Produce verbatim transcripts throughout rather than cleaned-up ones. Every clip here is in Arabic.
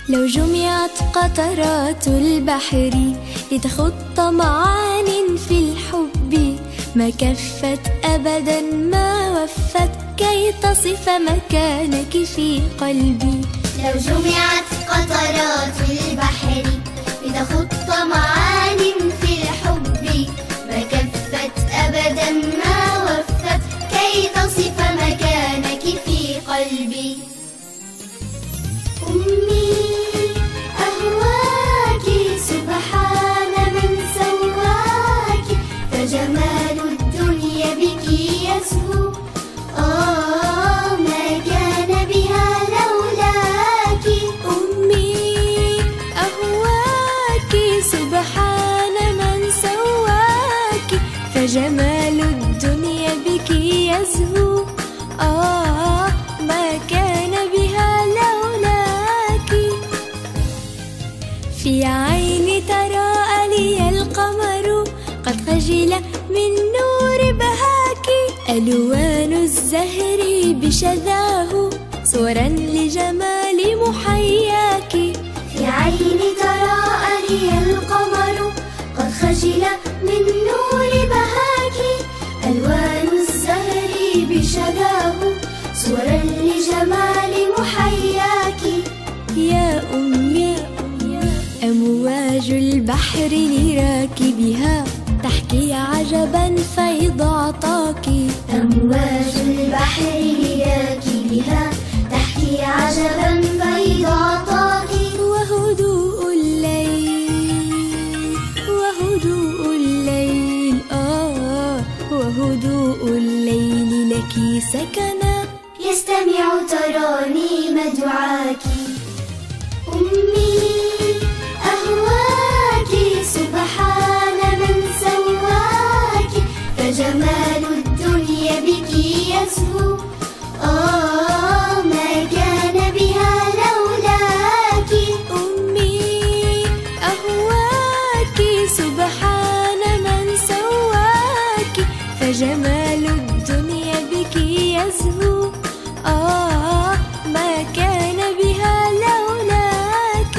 لو جمعت قطرات البحر لتخط معان في الحب ما كفت أبدا ما وفت كي تصف مكانك في قلبي. لو جمعت قطرات البحر لتخط معان في الحب ما كفت أبدا ما وفت كي تصف مكانك في قلبي. أمي أهواك سبحان من سواك فجمال الدنيا بك يزهو آه ما كان بها لولاك. أمي أهواك سبحان من سواك فجمال الدنيا بك يزهو آه ما كان بها لولاك. في عيني تراءى لي القمر قد خجل من نور بهاك ألوان الزهر بشذاه صورا لجمال محياك. في عيني تراءى لي القمر قد خجل من نور بهاك ألوان الزهر بشذاه صورا لجمال محياك. يا أمي أمواج البحر لراكبها تحكي عجبا فيض عطاك. أمواج البحر لراكبها تحكي عجبا فيض عطاك. وهدوء الليل وهدوء الليل آه وهدوء الليل لك سكنا يستمع ترانيم دعاك. أمي أهواك سبحان من سواك فجمال الدنيا بك يزهو آه ما كان بها لولاك. أمي أهواك سبحان من سواك فجمال الدنيا بك يزهو آه ما كان بها لولاك.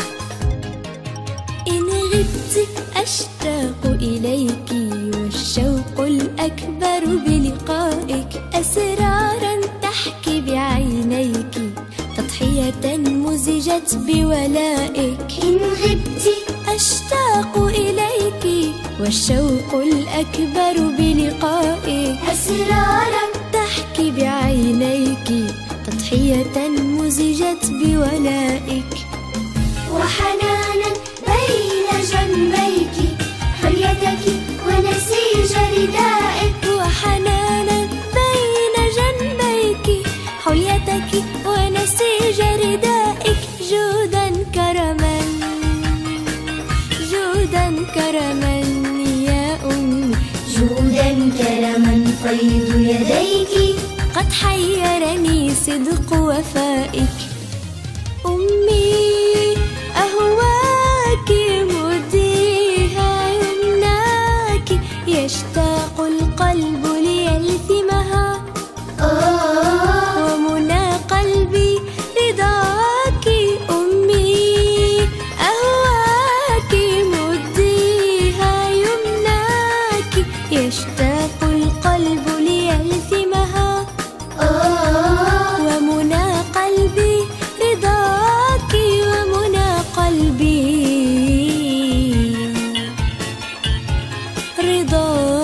إن غبت أشتاق إليك والشوق الأكبر بلقائك أسرارا تحكي بعينيك تضحية مزجت بولائك. إن غبت أشتاق إليك والشوق الأكبر بلقائك أسرارا تحكي بعينيك تضحية مزجت بولائك. وحنانا بين جنبيك حليتك ونسيج ردائك. وحنانا بين جنبيك حليتك ونسيج ردائك جودا كرما جودا كرما يا أمي جودا كرما فيض يديك قد حيرني صدق وفائك. أمي أهواك مديها يمناك يشتاق القلب ليلثمها آه ومنى قلبي رضاك. أمي أهواك مديها يمناك يشتاق القلب ليلثمها آه ومنى قلبي رضاك ومنى قلبي رضاك.